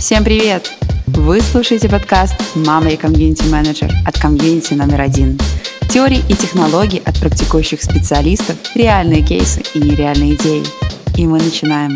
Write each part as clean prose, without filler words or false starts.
Всем привет! Вы слушаете подкаст «Мама и комьюнити-менеджер» от комьюнити номер 1. Теории и технологии от практикующих специалистов, реальные кейсы и нереальные идеи. И мы начинаем.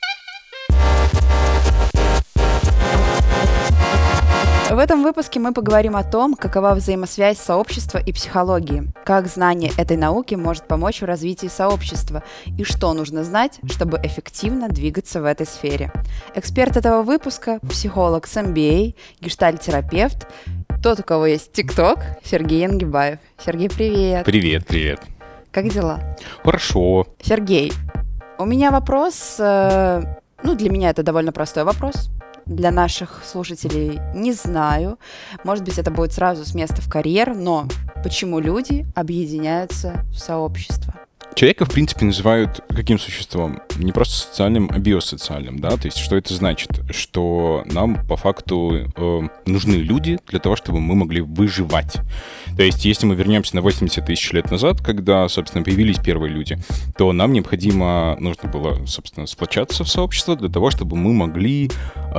В этом выпуске мы поговорим о том, какова взаимосвязь сообщества и психологии, как знание этой науки может помочь в развитии сообщества и что нужно знать, чтобы эффективно двигаться в этой сфере. Эксперт этого выпуска – психолог с MBA, гештальт-терапевт, тот, у кого есть ТикТок, Сергей Янгибаев. Сергей, привет! Привет! Как дела? Хорошо. Сергей, у меня вопрос, для меня это довольно простой вопрос. Для наших слушателей не знаю. Может быть, это будет сразу с места в карьер, но почему люди объединяются в сообщество? Человека, в принципе, называют каким существом? Не просто социальным, а биосоциальным, да? То есть, что это значит? Что нам, по факту, нужны люди для того, чтобы мы могли выживать. То есть, если мы вернемся на 80 тысяч лет назад, когда, собственно, появились первые люди, то нам нужно было, собственно, сплочаться в сообщество для того, чтобы мы могли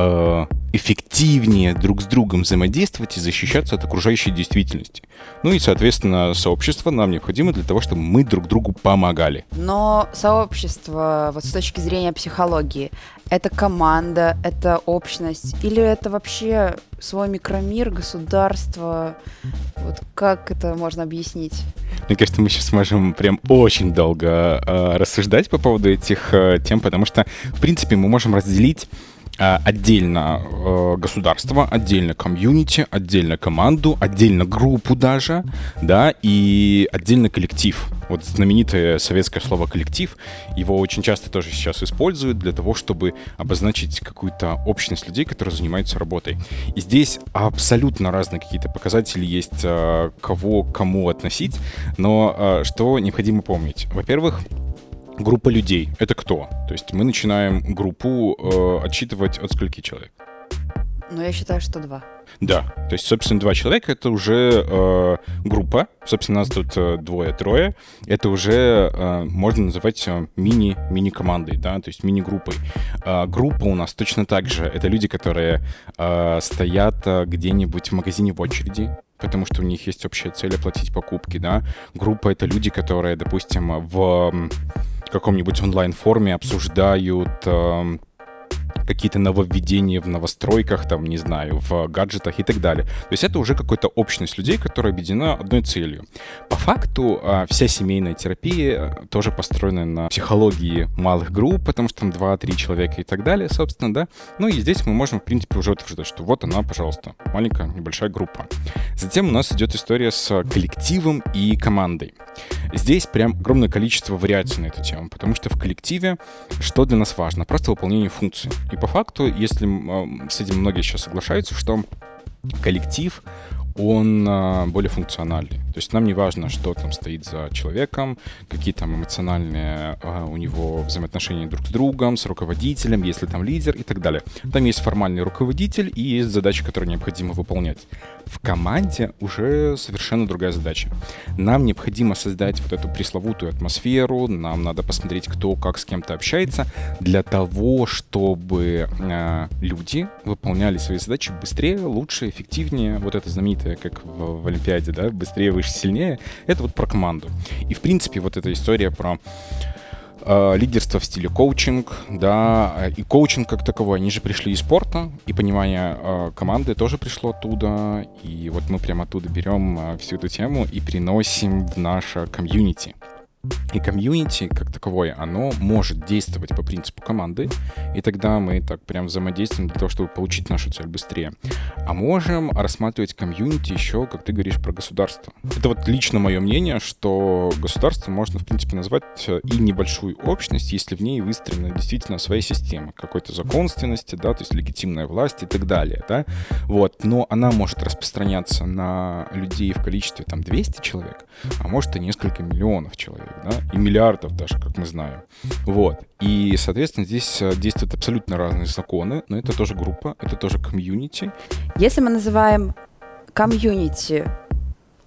эффективнее друг с другом взаимодействовать и защищаться от окружающей действительности. Ну и, соответственно, сообщество нам необходимо для того, чтобы мы друг другу помогали. Но сообщество, вот с точки зрения психологии, это команда, это общность, или это вообще свой микромир, государство? Вот как это можно объяснить? Мне кажется, мы сейчас можем прям очень долго рассуждать по поводу этих тем, потому что, в принципе, мы можем разделить отдельно государство, отдельно комьюнити, отдельно команду, отдельно группу даже, да, и отдельно коллектив. Вот знаменитое советское слово «коллектив», его очень часто тоже сейчас используют для того, чтобы обозначить какую-то общность людей, которые занимаются работой. И здесь абсолютно разные какие-то показатели есть, кого к кому относить, но что необходимо помнить. Во-первых, группа людей — это кто? То есть мы начинаем группу отсчитывать от скольки человек? Я считаю, что 2. Да, то есть, собственно, 2 человека — это уже группа. Собственно, нас тут 2-3. Это уже можно называть мини-командой, да, то есть мини-группой. Группа у нас точно так же. Это люди, которые стоят где-нибудь в магазине в очереди, потому что у них есть общая цель оплатить покупки, да. Группа — это люди, которые, допустим, в каком-нибудь онлайн-форуме обсуждают какие-то нововведения в новостройках, там, не знаю, в гаджетах и так далее. То есть это уже какая-то общность людей, которая объединена одной целью. По факту вся семейная терапия тоже построена на психологии малых групп, потому что там 2-3 человека и так далее, собственно, да. Ну и здесь мы можем, в принципе, уже утверждать, что вот она, пожалуйста, маленькая, небольшая группа. Затем у нас идет история с коллективом и командой. Здесь прям огромное количество вариаций на эту тему, потому что в коллективе что для нас важно? Просто выполнение функций. И по факту, если с этим многие сейчас соглашаются, что коллектив, он более функциональный. То есть нам не важно, что там стоит за человеком, какие там эмоциональные у него взаимоотношения друг с другом, с руководителем, если там лидер и так далее. Там есть формальный руководитель и есть задачи, которые необходимо выполнять. В команде уже совершенно другая задача. Нам необходимо создать вот эту пресловутую атмосферу, нам надо посмотреть, кто как с кем-то общается, для того, чтобы люди выполняли свои задачи быстрее, лучше, эффективнее. Вот это знаменитое, как в Олимпиаде, да, быстрее, выше, сильнее. Это вот про команду. И, в принципе, вот эта история про лидерство в стиле коучинг, да, и коучинг как таковой, они же пришли из спорта, и понимание команды тоже пришло оттуда, и вот мы прямо оттуда берем всю эту тему и приносим в наше комьюнити. И комьюнити, как таковое, оно может действовать по принципу команды, и тогда мы так прям взаимодействуем для того, чтобы получить нашу цель быстрее. А можем рассматривать комьюнити еще, как ты говоришь, про государство. Это вот лично мое мнение, что государство можно, в принципе, назвать и небольшую общность, если в ней выстроена действительно своя система какой-то законственности, да, то есть легитимная власть и так далее, да, вот. Но она может распространяться на людей в количестве там 200 человек, а может и несколько миллионов человек, да, и миллиардов даже, как мы знаем. Вот. И, соответственно, здесь действуют абсолютно разные законы, но это тоже группа, это тоже комьюнити. Если мы называем комьюнити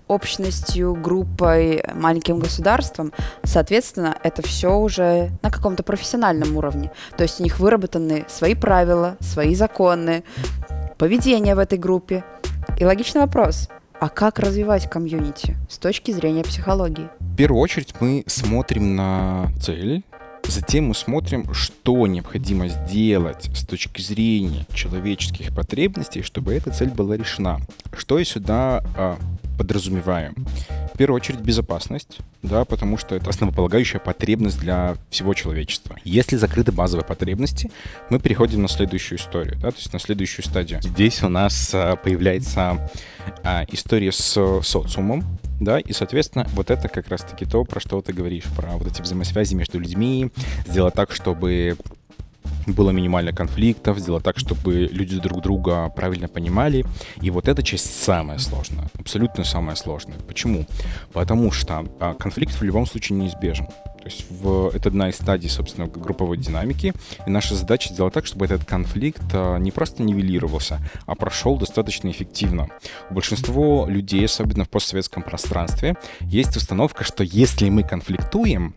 общностью, группой, маленьким государством, соответственно, это все уже на каком-то профессиональном уровне. То есть у них выработаны свои правила, свои законы, поведение в этой группе. И логичный вопрос: а как развивать комьюнити с точки зрения психологии? В первую очередь мы смотрим на цель, затем мы смотрим, что необходимо сделать с точки зрения человеческих потребностей, чтобы эта цель была решена. Что я сюда подразумеваю? В первую очередь безопасность, да, потому что это основополагающая потребность для всего человечества. Если закрыты базовые потребности, мы переходим на следующую историю, да, то есть на следующую стадию. Здесь у нас появляется история с социумом, да, и, соответственно, вот это как раз-таки то, про что ты говоришь, про вот эти взаимосвязи между людьми, сделать так, чтобы было минимально конфликтов, сделать так, чтобы люди друг друга правильно понимали. И вот эта часть самая сложная, абсолютно самая сложная. Почему? Потому что конфликт в любом случае неизбежен. То есть это одна из стадий, собственно, групповой динамики. И наша задача сделать так, чтобы этот конфликт не просто нивелировался, а прошел достаточно эффективно. У большинства людей, особенно в постсоветском пространстве, есть установка, что если мы конфликтуем,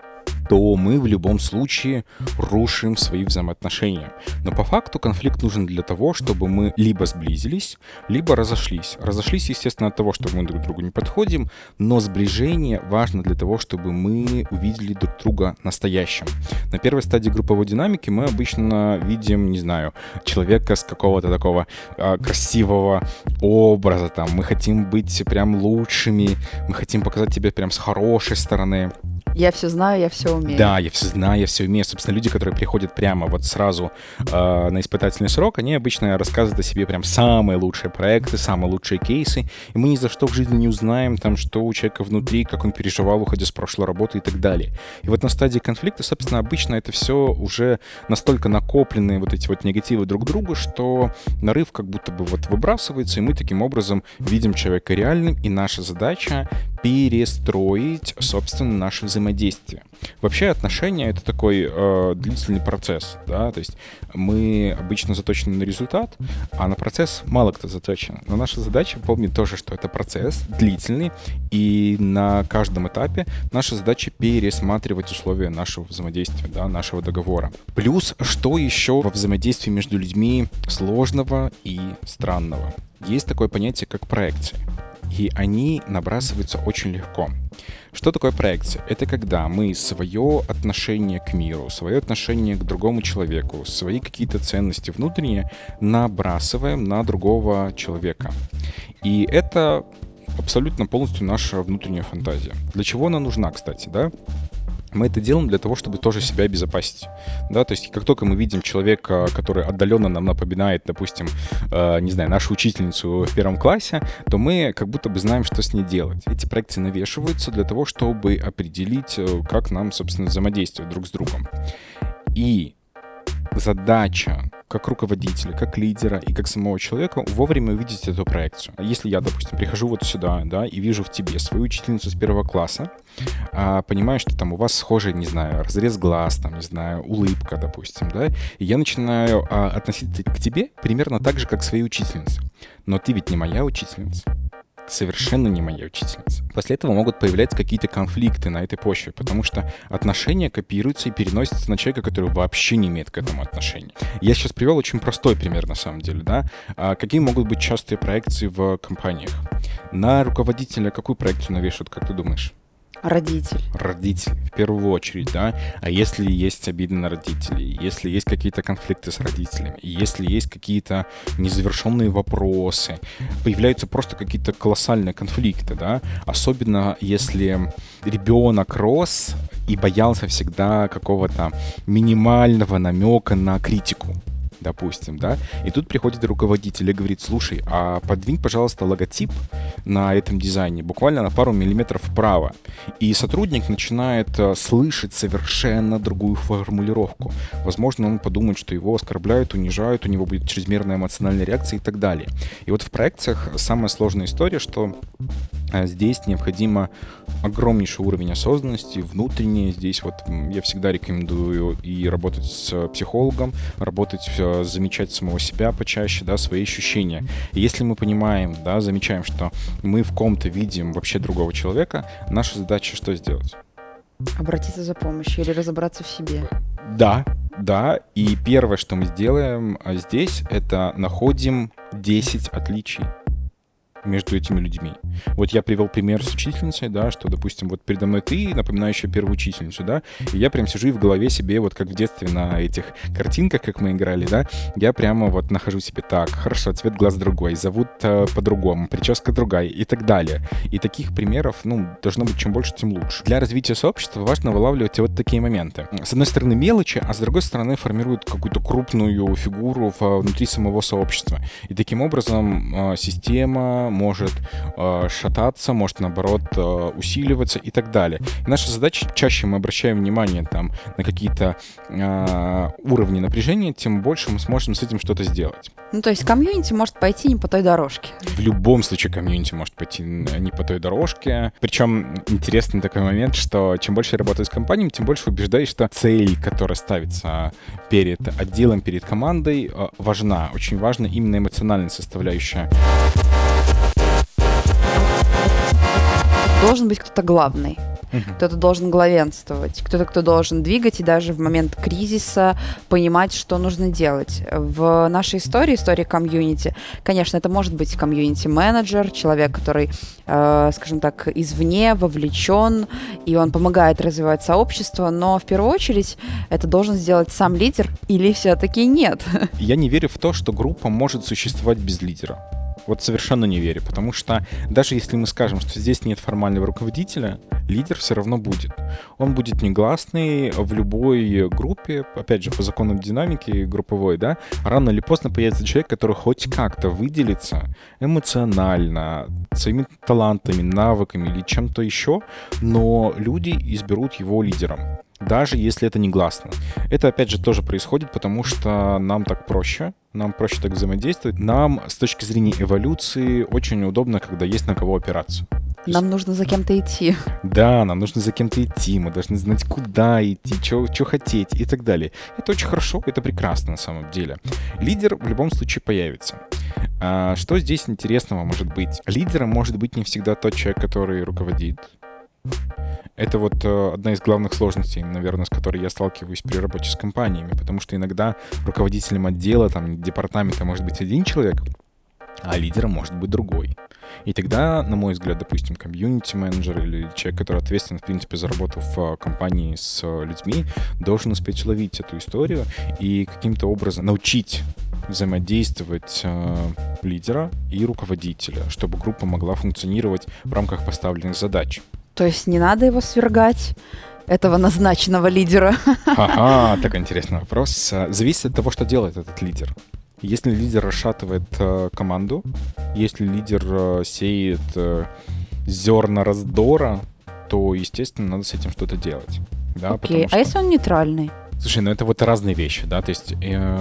то мы в любом случае рушим свои взаимоотношения. Но по факту конфликт нужен для того, чтобы мы либо сблизились, либо разошлись. Разошлись, естественно, от того, что мы друг другу не подходим, но сближение важно для того, чтобы мы увидели друг друга настоящим. На первой стадии групповой динамики мы обычно видим, не знаю, человека с какого-то такого красивого образа, там, мы хотим быть прям лучшими, мы хотим показать тебя прям с хорошей стороны. Я все знаю, я все умею. Да, я все знаю, я все умею. Собственно, люди, которые приходят прямо вот сразу на испытательный срок, они обычно рассказывают о себе прям самые лучшие проекты, самые лучшие кейсы. И мы ни за что в жизни не узнаем, там, что у человека внутри, как он переживал, уходя с прошлой работы и так далее. И вот на стадии конфликта, собственно, обычно это все уже настолько накопленные вот эти вот негативы друг к другу, что нарыв как будто бы вот выбрасывается, и мы таким образом видим человека реальным, и наша задача перестроить, собственно, наше взаимодействие. Вообще отношения — это такой длительный процесс, да, то есть мы обычно заточены на результат, а на процесс мало кто заточен. Но наша задача помнить тоже, что это процесс длительный, и на каждом этапе наша задача пересматривать условия нашего взаимодействия, да, нашего договора. Плюс, что еще во взаимодействии между людьми сложного и странного? Есть такое понятие, как проекции. И они набрасываются очень легко. Что такое проекция? Это когда мы свое отношение к миру, свое отношение к другому человеку, свои какие-то ценности внутренние набрасываем на другого человека. И это абсолютно полностью наша внутренняя фантазия. Для чего она нужна, кстати, да? Мы это делаем для того, чтобы тоже себя обезопасить. Да, то есть как только мы видим человека, который отдаленно нам напоминает, допустим, не знаю, нашу учительницу в 1 классе, то мы как будто бы знаем, что с ней делать. Эти проекции навешиваются для того, чтобы определить, как нам, собственно, взаимодействовать друг с другом. И задача как руководителя, как лидера и как самого человека вовремя увидеть эту проекцию. Если я, допустим, прихожу вот сюда, да, и вижу в тебе свою учительницу с 1 класса, понимаю, что там у вас схожий, не знаю, разрез глаз, там, не знаю, улыбка, допустим, да, и я начинаю относиться к тебе примерно так же, как к своей учительнице. Но ты ведь не моя учительница. Совершенно не моя учительница. После этого могут появляться какие-то конфликты на этой почве, потому что отношения копируются и переносятся на человека, который вообще не имеет к этому отношения. Я сейчас привел очень простой пример, на самом деле, да. Какие могут быть частые проекции в компаниях? На руководителя какую проекцию навешивают, как ты думаешь? Родитель. Родитель, в первую очередь, да. А если есть обиды на родителей, если есть какие-то конфликты с родителями, если есть какие-то незавершенные вопросы, появляются просто какие-то колоссальные конфликты, да. Особенно если ребенок рос и боялся всегда какого-то минимального намека на критику, допустим, да, и тут приходит руководитель и говорит: слушай, а подвинь, пожалуйста, логотип на этом дизайне буквально на пару миллиметров вправо. И сотрудник начинает слышать совершенно другую формулировку. Возможно, он подумает, что его оскорбляют, унижают, у него будет чрезмерная эмоциональная реакция и так далее. И вот в проекциях самая сложная история, что Здесь необходимо огромнейший уровень осознанности, внутренний. Здесь вот я всегда рекомендую и работать с психологом, работать, замечать самого себя почаще, да, свои ощущения. И если мы понимаем, да, замечаем, что мы в ком-то видим вообще другого человека, наша задача что сделать? Обратиться за помощью или разобраться в себе. Да, да. И первое, что мы сделаем здесь, это находим 10 отличий между этими людьми. Вот я привел пример с учительницей, да, что, допустим, вот передо мной ты, напоминающая первую учительницу, да, и я прям сижу и в голове себе, вот как в детстве на этих картинках, как мы играли, да, я прямо вот нахожу себе так, хорошо, цвет глаз другой, зовут по-другому, прическа другая и так далее. И таких примеров, ну, должно быть чем больше, тем лучше. Для развития сообщества важно вылавливать вот такие моменты. С одной стороны мелочи, а с другой стороны формируют какую-то крупную фигуру внутри самого сообщества. И таким образом система может шататься, может, наоборот, усиливаться и так далее. И наша задача, чаще мы обращаем внимание там, на какие-то уровни напряжения, тем больше мы сможем с этим что-то сделать. Ну, то есть комьюнити может пойти не по той дорожке. В любом случае комьюнити может пойти не по той дорожке. Причем интересный такой момент, что чем больше я работаю с компаниями, тем больше убеждаюсь, что цель, которая ставится перед отделом, перед командой, важна. Очень важна именно эмоциональная составляющая. Должен быть кто-то главный. Кто-то должен главенствовать, кто-то, кто должен двигать и даже в момент кризиса понимать, что нужно делать. В нашей истории комьюнити, конечно, это может быть комьюнити-менеджер, человек, который, скажем так, извне вовлечен, и он помогает развивать сообщество, но в первую очередь это должен сделать сам лидер или все-таки нет? Я не верю в то, что группа может существовать без лидера. Вот совершенно не верю, потому что даже если мы скажем, что здесь нет формального руководителя, лидер все равно будет. Он будет негласный в любой группе, опять же, по законам динамики групповой, да, рано или поздно появится человек, который хоть как-то выделится эмоционально, своими талантами, навыками или чем-то еще, но люди изберут его лидером. Даже если это негласно. Это, опять же, тоже происходит, потому что нам так проще так взаимодействовать. Нам, с точки зрения эволюции, очень удобно, когда есть на кого опираться. Нам нужно за кем-то идти. Да, нам нужно за кем-то идти, мы должны знать, куда идти, что хотеть и так далее. Это очень хорошо, это прекрасно на самом деле. Лидер в любом случае появится. Что здесь интересного может быть? Лидером может быть не всегда тот человек, который руководит. Это вот одна из главных сложностей, наверное, с которой я сталкиваюсь при работе с компаниями, потому что иногда руководителем отдела, там, департамента может быть один человек, а лидером может быть другой. И тогда, на мой взгляд, допустим, комьюнити-менеджер или человек, который ответственен, в принципе, за работу в компании с людьми, должен успеть уловить эту историю и каким-то образом научить взаимодействовать лидера и руководителя, чтобы группа могла функционировать в рамках поставленных задач. То есть не надо его свергать, этого назначенного лидера? Ага, такой интересный вопрос. Зависит от того, что делает этот лидер. Если лидер расшатывает команду, если лидер сеет зерна раздора, то, естественно, надо с этим что-то делать. Да, окей, а если он нейтральный? Слушай, ну это вот разные вещи, да, то есть...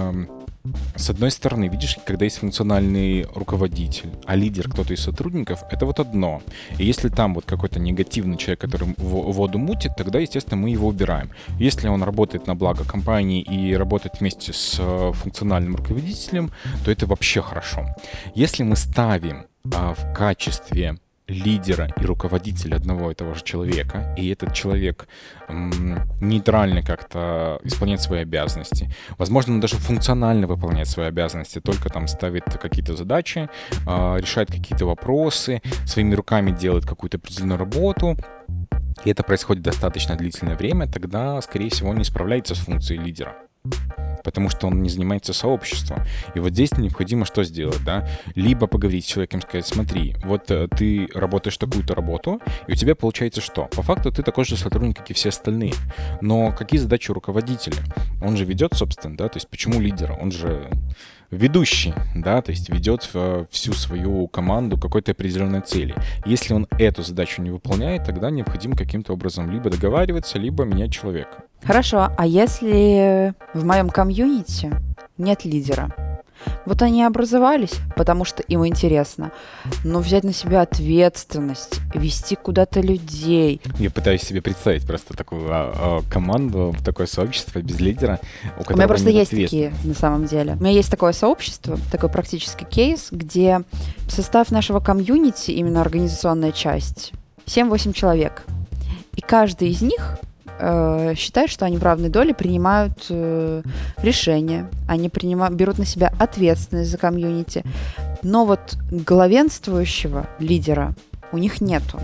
С одной стороны, видишь, когда есть функциональный руководитель, а лидер кто-то из сотрудников, это вот одно. И если там вот какой-то негативный человек, который воду мутит, тогда, естественно, мы его убираем. Если он работает на благо компании и работает вместе с функциональным руководителем, то это вообще хорошо. Если мы ставим в качестве лидера и руководителя одного и того же человека, и этот человек нейтрально как-то исполняет свои обязанности. Возможно, он даже функционально выполняет свои обязанности, только там ставит какие-то задачи, решает какие-то вопросы, своими руками делает какую-то определенную работу, и это происходит достаточно длительное время, тогда, скорее всего, он не справляется с функцией лидера, потому что он не занимается сообществом. И вот здесь необходимо что сделать, да? Либо поговорить с человеком, сказать: смотри, вот ты работаешь такую-то работу, и у тебя получается что? По факту ты такой же сотрудник, как и все остальные. Но какие задачи у руководителя? Он же ведет, собственно, да? То есть почему лидер? Он же ведущий, да? То есть ведет всю свою команду к какой-то определенной цели. Если он эту задачу не выполняет, тогда необходимо каким-то образом либо договариваться, либо менять человека. Хорошо, а если в моем комьюнити нет лидера? Вот они образовались, потому что им интересно. Но взять на себя ответственность, вести куда-то людей. Я пытаюсь себе представить просто такую команду, такое сообщество без лидера, у которого У меня просто нет есть такие, на самом деле. У меня есть такое сообщество, такой практический кейс, где состав нашего комьюнити, именно организационная часть, 7-8 человек. И каждый из них считают, что они в равной доле принимают решения, они берут на себя ответственность за комьюнити, но вот главенствующего лидера у них нету.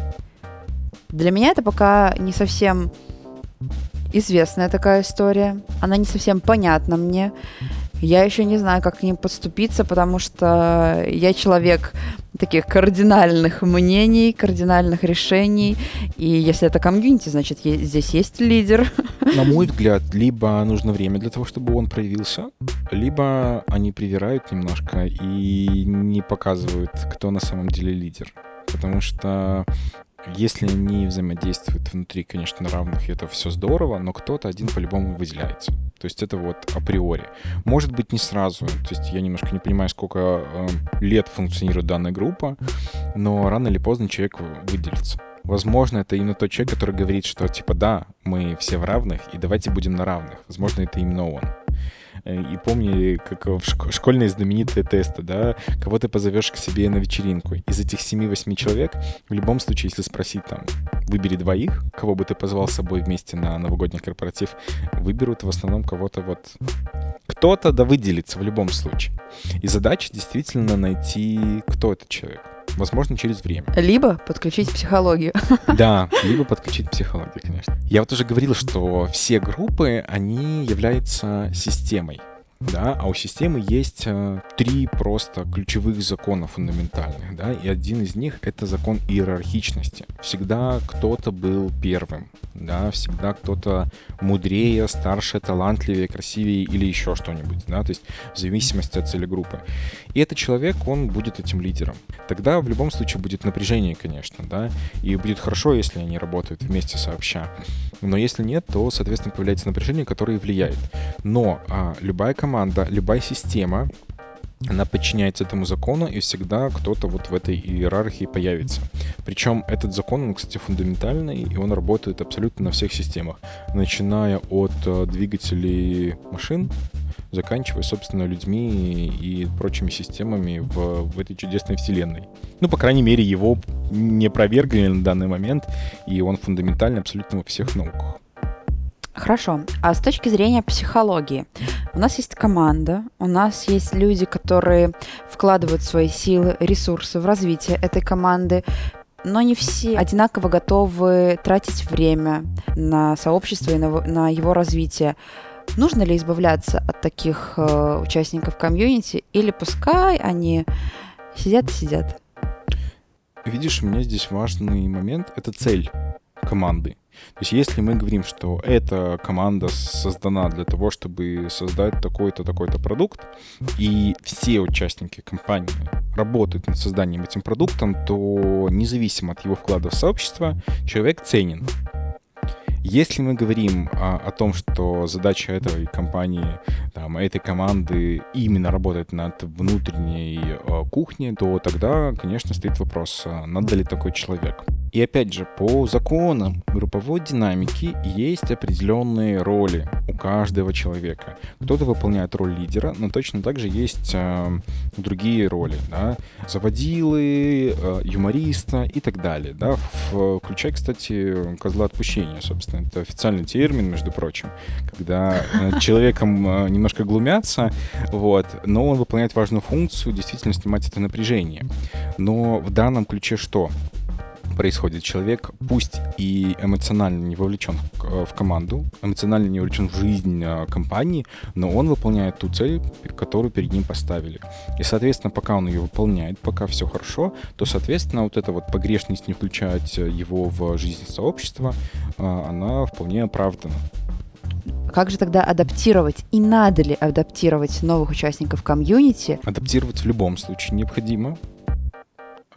Для меня это пока не совсем известная такая история, она не совсем понятна мне. Я еще не знаю, как к ним подступиться, потому что я человек таких кардинальных мнений, кардинальных решений. И если это комьюнити, значит, здесь есть лидер. На мой взгляд, либо нужно время для того, чтобы он проявился, либо они привирают немножко и не показывают, кто на самом деле лидер. Потому что если они взаимодействуют внутри, конечно, на равных, это все здорово, но кто-то один по-любому выделяется. То есть это вот априори. Может быть, не сразу. То есть я немножко не понимаю, сколько лет функционирует данная группа, но рано или поздно человек выделится. Возможно, это именно тот человек, который говорит, что типа да, мы все в равных, и давайте будем на равных. Возможно, это именно он. И помни, как в школьные знаменитые тесты, да, кого ты позовешь к себе на вечеринку. Из этих 7-8 человек, в любом случае, если спросить там, выбери 2, кого бы ты позвал с собой вместе на новогодний корпоратив, выберут в основном кого-то вот... Кто-то да выделится в любом случае. И задача действительно найти, кто этот человек. Возможно, через время. Либо подключить психологию. Да, либо подключить психологию, конечно. Я вот уже говорил, что все группы, они являются системой. Да, а у системы есть 3 просто ключевых закона фундаментальных, да, и один из них — это закон иерархичности. Всегда кто-то был первым, да, всегда кто-то мудрее, старше, талантливее, красивее или еще что-нибудь, да, то есть в зависимости от цели группы. И этот человек, он будет этим лидером. Тогда в любом случае будет напряжение, конечно, да, и будет хорошо, если они работают вместе сообща. Но если нет, то, соответственно, появляется напряжение, которое влияет. Но любая команда, любая система, она подчиняется этому закону, и всегда кто-то вот в этой иерархии появится. Причем этот закон, он, кстати, фундаментальный, и он работает абсолютно на всех системах, начиная от двигателей машин, заканчивая, собственно, людьми и прочими системами в этой чудесной вселенной. Ну, по крайней мере, его не опровергли на данный момент, и он фундаментальный абсолютно во всех науках. Хорошо. А с точки зрения психологии, у нас есть команда, у нас есть люди, которые вкладывают свои силы, ресурсы в развитие этой команды, но не все одинаково готовы тратить время на сообщество и на его развитие. Нужно ли избавляться от таких участников комьюнити, или пускай они сидят и сидят? Видишь, у меня здесь важный момент — это цель команды. То есть если мы говорим, что эта команда создана для того, чтобы создать такой-то, такой-то продукт, и все участники компании работают над созданием этим продуктом, то независимо от его вклада в сообщество, человек ценен. Если мы говорим о том, что задача этой компании, там, этой команды именно работать над внутренней кухней, то тогда, конечно, стоит вопрос, надо ли такой человек. И опять же, по законам групповой динамики есть определенные роли у каждого человека. Кто-то выполняет роль лидера, но точно так же есть другие роли, да? Заводилы, юмориста и так далее. Да? Включая, кстати, козла отпущения, собственно. Это официальный термин, между прочим, когда человеком немножко глумятся, вот, но он выполняет важную функцию, действительно снимать это напряжение. Но в данном ключе что происходит? Человек пусть и эмоционально не вовлечен в команду, эмоционально не вовлечен в жизнь компании, но он выполняет ту цель, которую перед ним поставили. И, соответственно, пока он ее выполняет, пока все хорошо, то, соответственно, вот эта вот погрешность не включать его в жизнь сообщества, она вполне оправдана. Как же тогда адаптировать? И надо ли адаптировать новых участников комьюнити? Адаптировать в любом случае необходимо.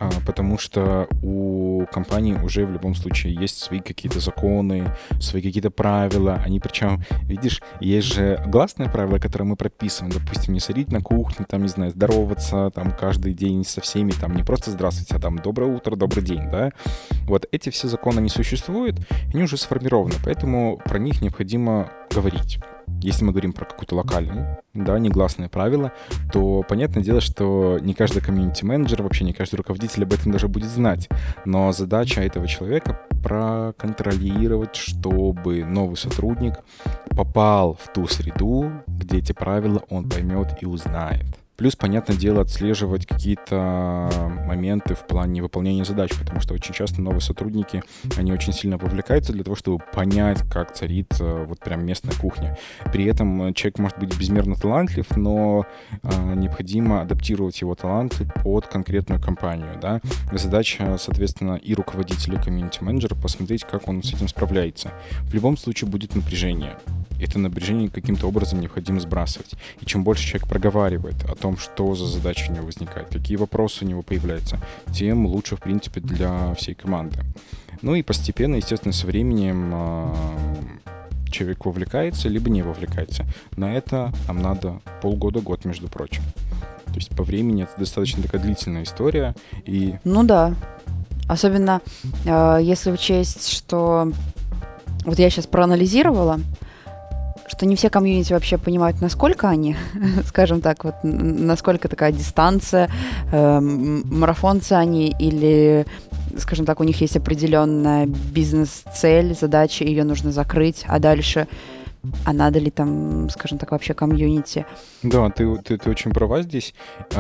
потому что у компании уже в любом случае есть свои какие-то законы, свои какие-то правила. Они причем, видишь, есть же гласные правила, которые мы прописываем. Допустим, не садить на кухне, там, не знаю, здороваться там каждый день со всеми, там, не просто здравствуйте, а там доброе утро, добрый день, да. Вот эти все законы не существуют, они уже сформированы, поэтому про них необходимо говорить. Если мы говорим про какую-то локальную, да, негласные правила, то понятное дело, что не каждый комьюнити-менеджер, вообще не каждый руководитель об этом даже будет знать. Но задача этого человека проконтролировать, чтобы новый сотрудник попал в ту среду, где эти правила он поймет и узнает. Плюс, понятное дело, отслеживать какие-то моменты в плане выполнения задач, потому что очень часто новые сотрудники, они очень сильно вовлекаются для того, чтобы понять, как царит вот прям местная кухня. При этом человек может быть безмерно талантлив, но необходимо адаптировать его таланты под конкретную компанию, да. Задача, соответственно, и руководителя, и комьюнити-менеджера посмотреть, как он с этим справляется. В любом случае будет напряжение. Это напряжение каким-то образом необходимо сбрасывать. И чем больше человек проговаривает о том, что за задачи у него возникают, какие вопросы у него появляются, тем лучше, в принципе, для всей команды. Ну и постепенно, естественно, со временем человек вовлекается, либо не вовлекается. На это нам надо полгода-год, между прочим. То есть по времени это достаточно такая длительная история. И... Ну да. Особенно если учесть, что... Вот я сейчас проанализировала, что не все комьюнити вообще понимают, насколько они, скажем так, вот насколько такая дистанция, марафонцы они или, скажем так, у них есть определенная бизнес-цель, задача, ее нужно закрыть, а дальше, а надо ли там, скажем так, вообще комьюнити? Да, ты очень права здесь.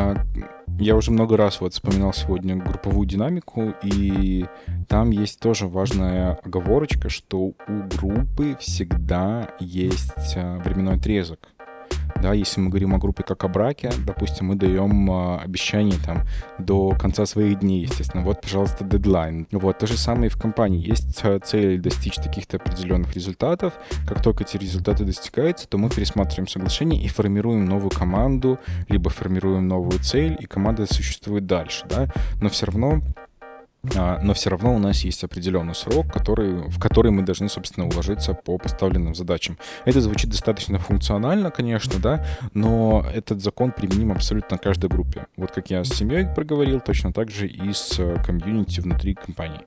Я уже много раз вот вспоминал сегодня групповую динамику, и там есть тоже важная оговорочка, что у группы всегда есть временной отрезок. Да, если мы говорим о группе как о браке, допустим, мы даем обещание там до конца своих дней, естественно. Вот, пожалуйста, дедлайн. Вот, то же самое и в компании. Есть цель достичь таких-то определенных результатов. Как только эти результаты достигаются, то мы пересматриваем соглашение и формируем новую команду, либо формируем новую цель, и команда существует дальше, да. Но все равно у нас есть определенный срок, в который мы должны, собственно, уложиться по поставленным задачам. Это звучит достаточно функционально, конечно, да, но этот закон применим абсолютно каждой группе. Вот как я с семьей проговорил, точно так же и с комьюнити внутри компании.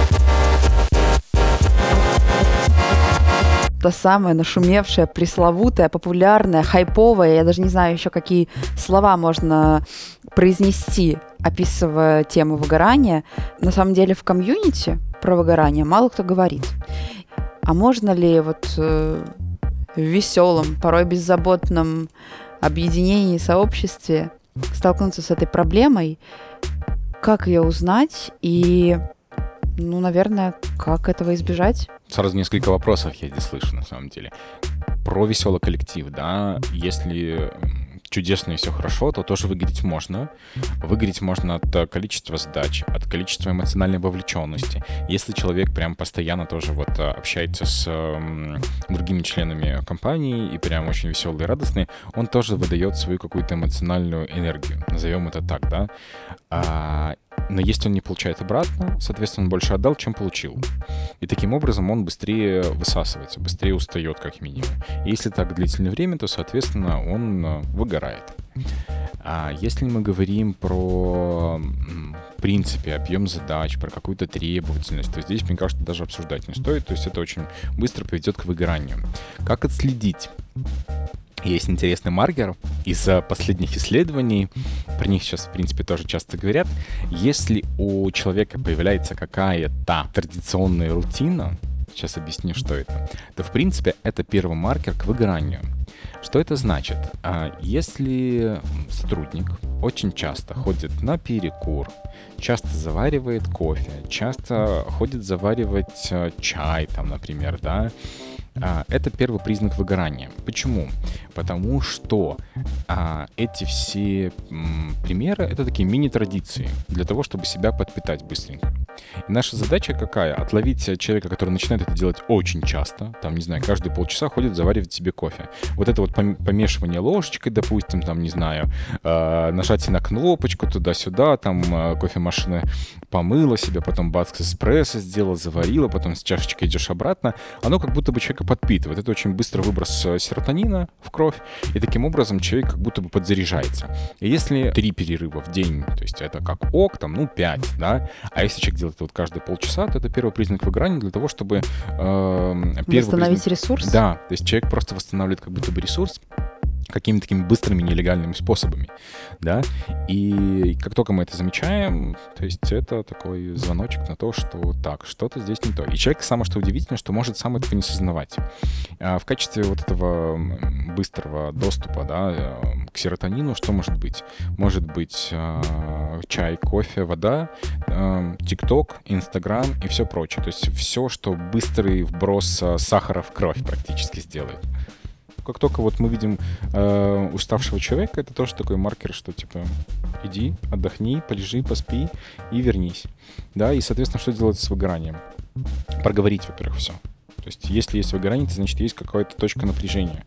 Та самая нашумевшая, пресловутая, популярная, хайповая, я даже не знаю еще, какие слова можно произнести, описывая тему выгорания. На самом деле в комьюнити про выгорание мало кто говорит. А можно ли вот в веселом, порой беззаботном объединении, сообществе столкнуться с этой проблемой? Как ее узнать и... Ну, наверное, как этого избежать? Сразу несколько вопросов я здесь слышу, на самом деле. Про веселый коллектив, да, если чудесно и все хорошо, то тоже выгореть можно. Выгореть можно от количества задач, от количества эмоциональной вовлеченности. Если человек прям постоянно тоже вот общается с другими членами компании и прям очень веселый и радостный, он тоже выдает свою какую-то эмоциональную энергию, назовем это так, да. Но если он не получает обратно, соответственно, он больше отдал, чем получил. И таким образом он быстрее высасывается, быстрее устает, как минимум. И если так длительное время, то, соответственно, он выгорает. А если мы говорим про, в принципе, объем задач, про какую-то требовательность, то здесь, мне кажется, даже обсуждать не стоит. То есть это очень быстро приведет к выгоранию. Как отследить? Есть интересный маркер из последних исследований, про них сейчас, в принципе, тоже часто говорят. Если у человека появляется какая-то традиционная рутина, сейчас объясню, что это, то, в принципе, это первый маркер к выгоранию. Что это значит? Если сотрудник очень часто ходит на перекур, часто заваривает кофе, часто ходит заваривать чай, там, например, да, это первый признак выгорания. Почему? Потому что эти все примеры — это такие мини-традиции для того, чтобы себя подпитать быстренько. И наша задача какая? Отловить человека, который начинает это делать очень часто, там, не знаю, каждые полчаса ходит заваривать себе кофе. Вот это вот помешивание ложечкой, допустим, там, не знаю, нажатие на кнопочку туда-сюда, там, кофемашина помыла себя, потом бац, эспрессо сделала, заварила, потом с чашечкой идешь обратно, оно как будто бы человека подпитывает. Это очень быстрый выброс серотонина в кровь, и таким образом человек как будто бы подзаряжается. И если 3 перерыва в день, то есть это как ок, там, ну, 5, да, а если человек делает это вот каждые полчаса, то это первый признак выгорания для того, чтобы... восстановить ресурс? Да, то есть человек просто восстанавливает как будто бы ресурс какими-то такими быстрыми нелегальными способами, да, и как только мы это замечаем, то есть это такой звоночек на то, что так, что-то здесь не то. И человек, самое что удивительно, что может сам этого не сознавать. В качестве вот этого быстрого доступа, да, к серотонину что может быть? Может быть чай, кофе, вода, ТикТок, Инстаграм и все прочее. То есть все, что быстрый вброс сахара в кровь практически сделает. Как только вот мы видим уставшего человека, это тоже такой маркер, что типа иди, отдохни, полежи, поспи и вернись. Да, и, соответственно, что делать с выгоранием? Проговорить, во-первых, все. То есть если есть выгорание, значит, есть какая-то точка напряжения.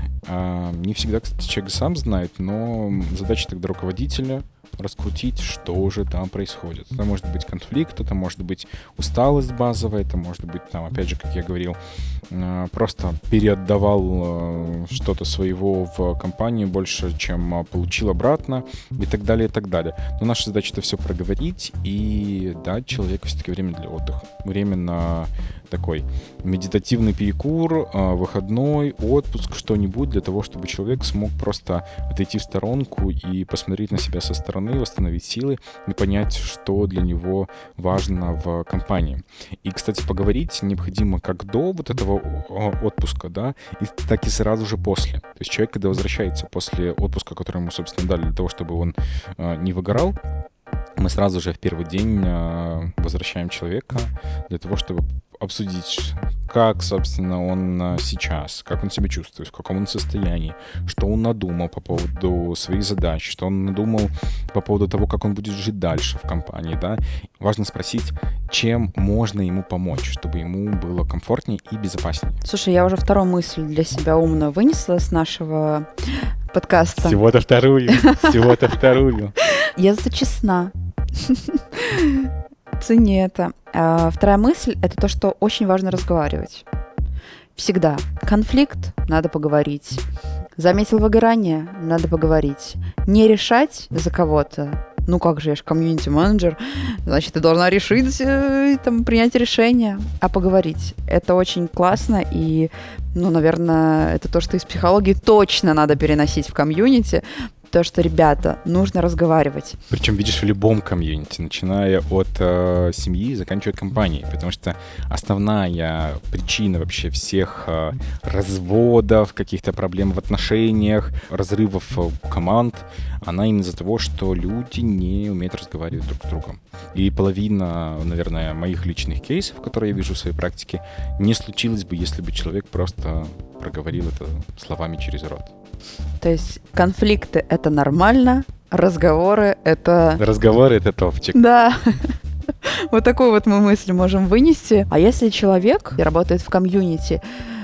Не всегда, кстати, человек сам знает, но задача тогда руководителя раскрутить, что же там происходит. Это может быть конфликт, это может быть усталость базовая, это может быть, там, опять же, как я говорил, просто переотдавал что-то своего в компанию больше, чем получил обратно, и так далее, и так далее. Но наша задача это все проговорить и дать человеку все-таки время для отдыха. Время на такой медитативный перекур, выходной, отпуск, что-нибудь для того, чтобы человек смог просто отойти в сторонку и посмотреть на себя со стороны, восстановить силы и понять, что для него важно в компании. И, кстати, поговорить необходимо как до вот этого отпуска, да, и так и сразу же после. То есть человек, когда возвращается после отпуска, который ему, собственно, дали для того, чтобы он не выгорал, мы сразу же в первый день возвращаем человека для того, чтобы обсудить, как, собственно, он сейчас, как он себя чувствует, в каком он состоянии, что он надумал по поводу своих задач, что он надумал по поводу того, как он будет жить дальше в компании, да. Важно спросить, чем можно ему помочь, чтобы ему было комфортнее и безопаснее. Слушай, я уже вторую мысль для себя умную вынесла с нашего подкаста. Всего-то вторую. Я зачестна. Цени это. Вторая мысль — это то, что очень важно разговаривать. Всегда. Конфликт — надо поговорить. Заметил выгорание — надо поговорить. Не решать за кого-то. Ну как же, я же комьюнити-менеджер, значит, ты должна решить, там, принять решение, а поговорить. Это очень классно, и, ну, наверное, это то, что из психологии точно надо переносить в комьюнити. То, что, ребята, нужно разговаривать. Причем, видишь, в любом комьюнити, начиная от семьи, заканчивая компанией, потому что основная причина вообще всех разводов, каких-то проблем в отношениях, разрывов команд, она именно из-за того, что люди не умеют разговаривать друг с другом. И половина, наверное, моих личных кейсов, которые я вижу в своей практике, не случилось бы, если бы человек просто проговорил это словами через рот. То есть конфликты — это нормально, разговоры — это... Разговоры — это топчик. Да. Вот такую вот мы мысль можем вынести. А если человек работает в комьюнити,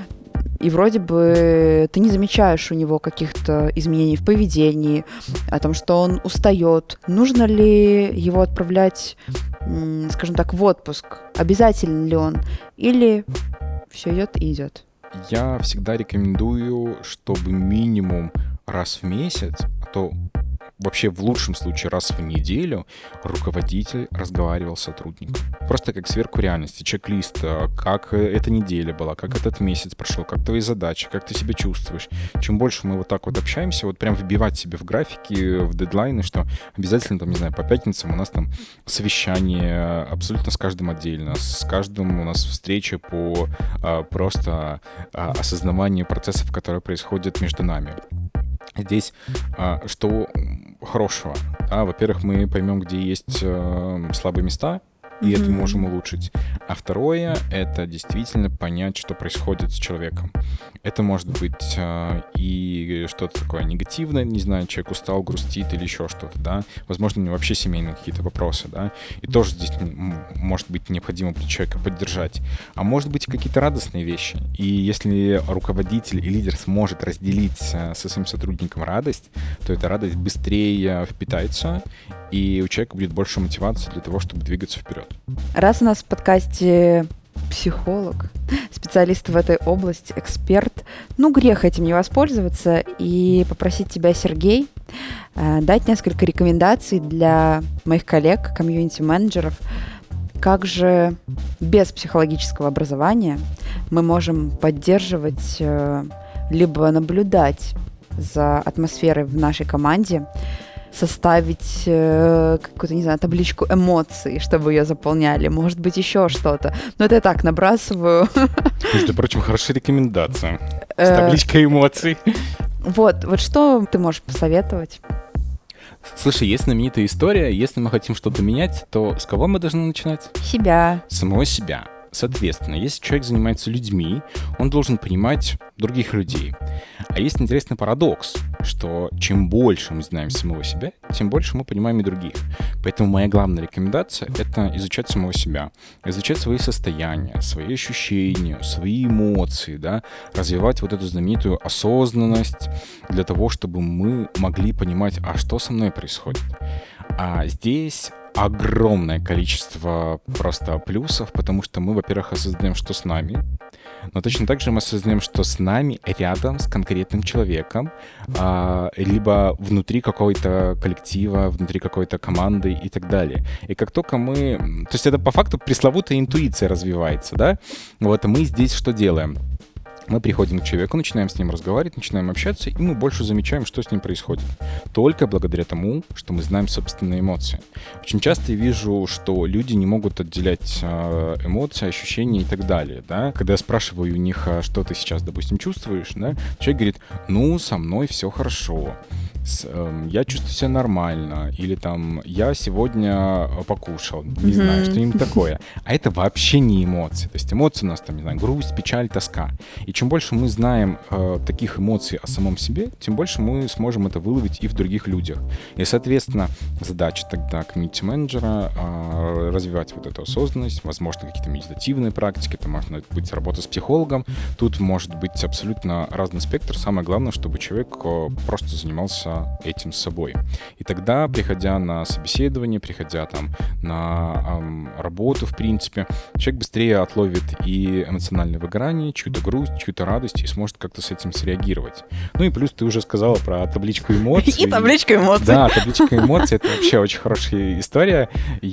и вроде бы ты не замечаешь у него каких-то изменений в поведении, о том, что он устает, нужно ли его отправлять, скажем так, в отпуск? Обязателен ли он? Или все идет и идет? Я всегда рекомендую, чтобы минимум раз в месяц, а то вообще в лучшем случае раз в неделю руководитель разговаривал с сотрудником. Просто как сверку реальности, чек-лист, как эта неделя была, как этот месяц прошел, как твои задачи, как ты себя чувствуешь. Чем больше мы вот так вот общаемся, вот прям вбивать себе в графики, в дедлайны, что обязательно, там, не знаю, по пятницам у нас там совещание абсолютно с каждым отдельно, с каждым у нас встреча по просто осознаванию процессов, которые происходят между нами. Здесь что хорошего? Во-первых, мы поймем, где есть слабые места и это можем улучшить. А второе — это действительно понять, что происходит с человеком. Это может быть и что-то такое негативное, не знаю, человек устал, грустит или еще что-то, да. Возможно, у него вообще семейные какие-то вопросы, да. И тоже здесь может быть необходимо человека поддержать. А может быть какие-то радостные вещи. И если руководитель и лидер сможет разделить со своим сотрудником радость, то эта радость быстрее впитается, и у человека будет больше мотивации для того, чтобы двигаться вперед. Раз у нас в подкасте психолог, специалист в этой области, эксперт, грех этим не воспользоваться и попросить тебя, Сергей, дать несколько рекомендаций для моих коллег, комьюнити-менеджеров, как же без психологического образования мы можем поддерживать либо наблюдать за атмосферой в нашей команде, составить какую-то, не знаю, табличку эмоций, чтобы ее заполняли, может быть, еще что-то. Но это я так набрасываю. Между прочим, хорошая рекомендация. С табличкой эмоций. Вот что ты можешь посоветовать? Слушай, есть знаменитая история, если мы хотим что-то менять, то с кого мы должны начинать? Себя. С самого себя. Соответственно, если человек занимается людьми, он должен понимать других людей. А есть интересный парадокс, что чем больше мы знаем самого себя, тем больше мы понимаем и других. Поэтому моя главная рекомендация — это изучать самого себя, изучать свои состояния, свои ощущения, свои эмоции, да, развивать вот эту знаменитую осознанность для того, чтобы мы могли понимать, а что со мной происходит. А здесь огромное количество просто плюсов, потому что мы, во-первых, осознаем, что с нами, но точно так же мы осознаем, что с нами рядом с конкретным человеком, либо внутри какого-то коллектива, внутри какой-то команды и так далее. И как только мы... То есть это по факту пресловутая интуиция развивается, да? Вот, мы здесь что делаем? Мы приходим к человеку, начинаем с ним разговаривать, начинаем общаться, и мы больше замечаем, что с ним происходит. Только благодаря тому, что мы знаем собственные эмоции. Очень часто я вижу, что люди не могут отделять эмоции, ощущения и так далее. Да? Когда я спрашиваю у них, что ты сейчас, допустим, чувствуешь, да? Человек говорит, со мной все хорошо. Я чувствую себя нормально, или там я сегодня покушал, не знаю, что-нибудь такое. А это вообще не эмоции. То есть эмоции у нас там, не знаю, грусть, печаль, тоска. И чем больше мы знаем таких эмоций о самом себе, тем больше мы сможем это выловить и в других людях. И, соответственно, задача тогда комьюнити-менеджера развивать вот эту осознанность, возможно, какие-то медитативные практики, это может быть работа с психологом. Тут может быть абсолютно разный спектр. Самое главное, чтобы человек просто занимался этим с собой. И тогда, приходя на собеседование, приходя там на работу, в принципе, человек быстрее отловит и эмоциональное выгорание, чью-то грусть, чью-то радость и сможет как-то с этим среагировать. И плюс ты уже сказала про табличку эмоций. И табличка эмоций. Да, табличка эмоций — это вообще очень хорошая история.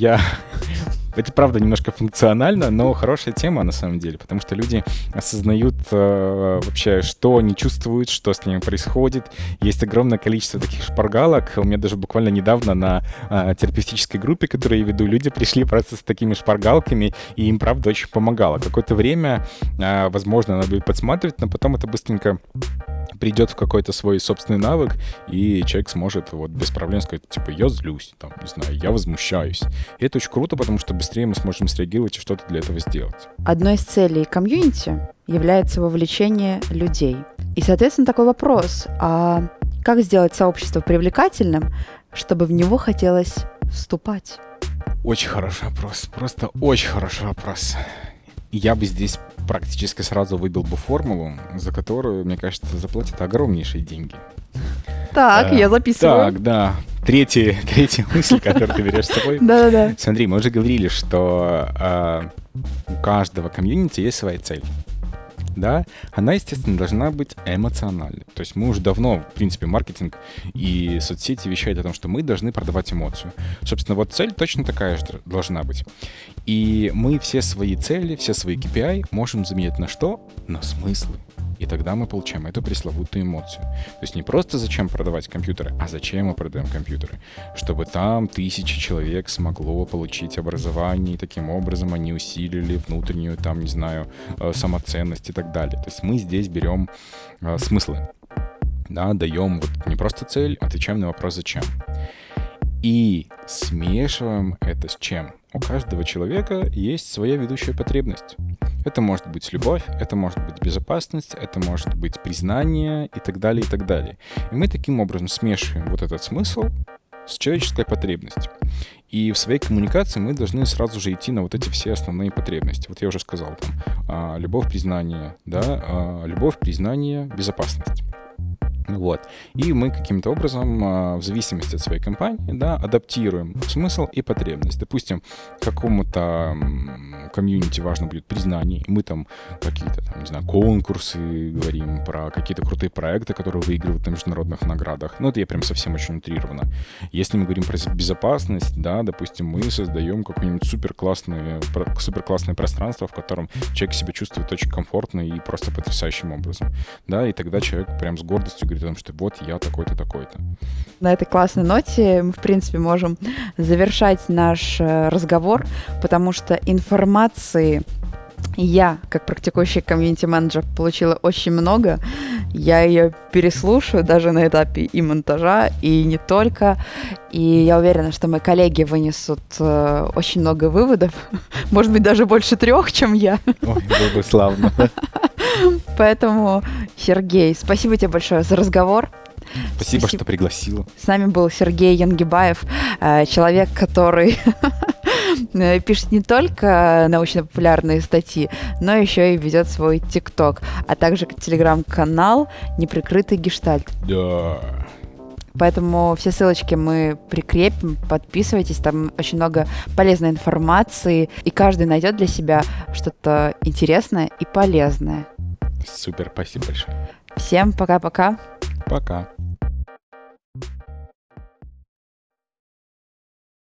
Это, правда, немножко функционально, но хорошая тема на самом деле, потому что люди осознают вообще, что они чувствуют, что с ними происходит. Есть огромное количество таких шпаргалок. У меня даже буквально недавно на терапевтической группе, которую я веду, люди пришли просто с такими шпаргалками, и им, правда, очень помогало. Какое-то время, возможно, надо будет подсматривать, но потом это быстренько придет в какой-то свой собственный навык, и человек сможет без проблем сказать, я злюсь, не знаю, я возмущаюсь. И это очень круто, потому что быстрее мы сможем среагировать и что-то для этого сделать. Одной из целей комьюнити является вовлечение людей. И, соответственно, такой вопрос, а как сделать сообщество привлекательным, чтобы в него хотелось вступать? Очень хороший вопрос, просто очень хороший вопрос. Я бы здесь практически сразу выбил бы формулу, за которую, мне кажется, заплатят огромнейшие деньги. Так, я записываю. Так, да. Третья мысль, которую ты берешь с собой. Да-да-да. Смотри, мы уже говорили, что у каждого комьюнити есть своя цель. Да, она, естественно, должна быть эмоциональной. То есть мы уже давно, в принципе, маркетинг и соцсети вещают о том, что мы должны продавать эмоцию. Собственно, цель точно такая же должна быть. И мы все свои цели, все свои KPI можем заменить на что? На смыслы. И тогда мы получаем эту пресловутую эмоцию. То есть не просто зачем продавать компьютеры, а зачем мы продаем компьютеры. Чтобы там 1000 человек смогло получить образование, и таким образом они усилили внутреннюю, самоценность и так далее. То есть мы здесь берем смыслы. Да, даем не просто цель, отвечаем на вопрос «зачем?». И смешиваем это с чем? У каждого человека есть своя ведущая потребность. Это может быть любовь, это может быть безопасность, это может быть признание и так далее, и так далее. И мы таким образом смешиваем вот этот смысл с человеческой потребностью. И в своей коммуникации мы должны сразу же идти на вот эти все основные потребности. Вот я уже сказал, там, любовь, признание, да, любовь, признание, безопасность. Вот. И мы каким-то образом, в зависимости от своей компании, да, адаптируем смысл и потребность. Допустим, какому-то комьюнити важно будет признание, и мы там какие-то, там, не знаю, конкурсы говорим про какие-то крутые проекты, которые выигрывают на международных наградах. Ну, это я прям совсем очень утрированно. Если мы говорим про безопасность, да, допустим, мы создаем какое-нибудь суперклассное пространство, в котором человек себя чувствует очень комфортно и просто потрясающим образом. Да, и тогда человек прям с гордостью говорит о том, что вот я такой-то, такой-то. На этой классной ноте мы, в принципе, можем завершать наш разговор, потому что информации я, как практикующий комьюнити-менеджер, получила очень много. Я ее переслушаю даже на этапе и монтажа, и не только. И я уверена, что мои коллеги вынесут очень много выводов. Может быть, даже больше 3, чем я. Ой, было бы славно. Поэтому, Сергей, спасибо тебе большое за разговор. Спасибо, что пригласила. С нами был Сергей Янгибаев, человек, который пишет не только научно-популярные статьи, но еще и ведет свой ТикТок, а также телеграм-канал «Неприкрытый гештальт». Да. Поэтому все ссылочки мы прикрепим, подписывайтесь, там очень много полезной информации, и каждый найдет для себя что-то интересное и полезное. Супер, спасибо большое. Всем пока-пока. Пока.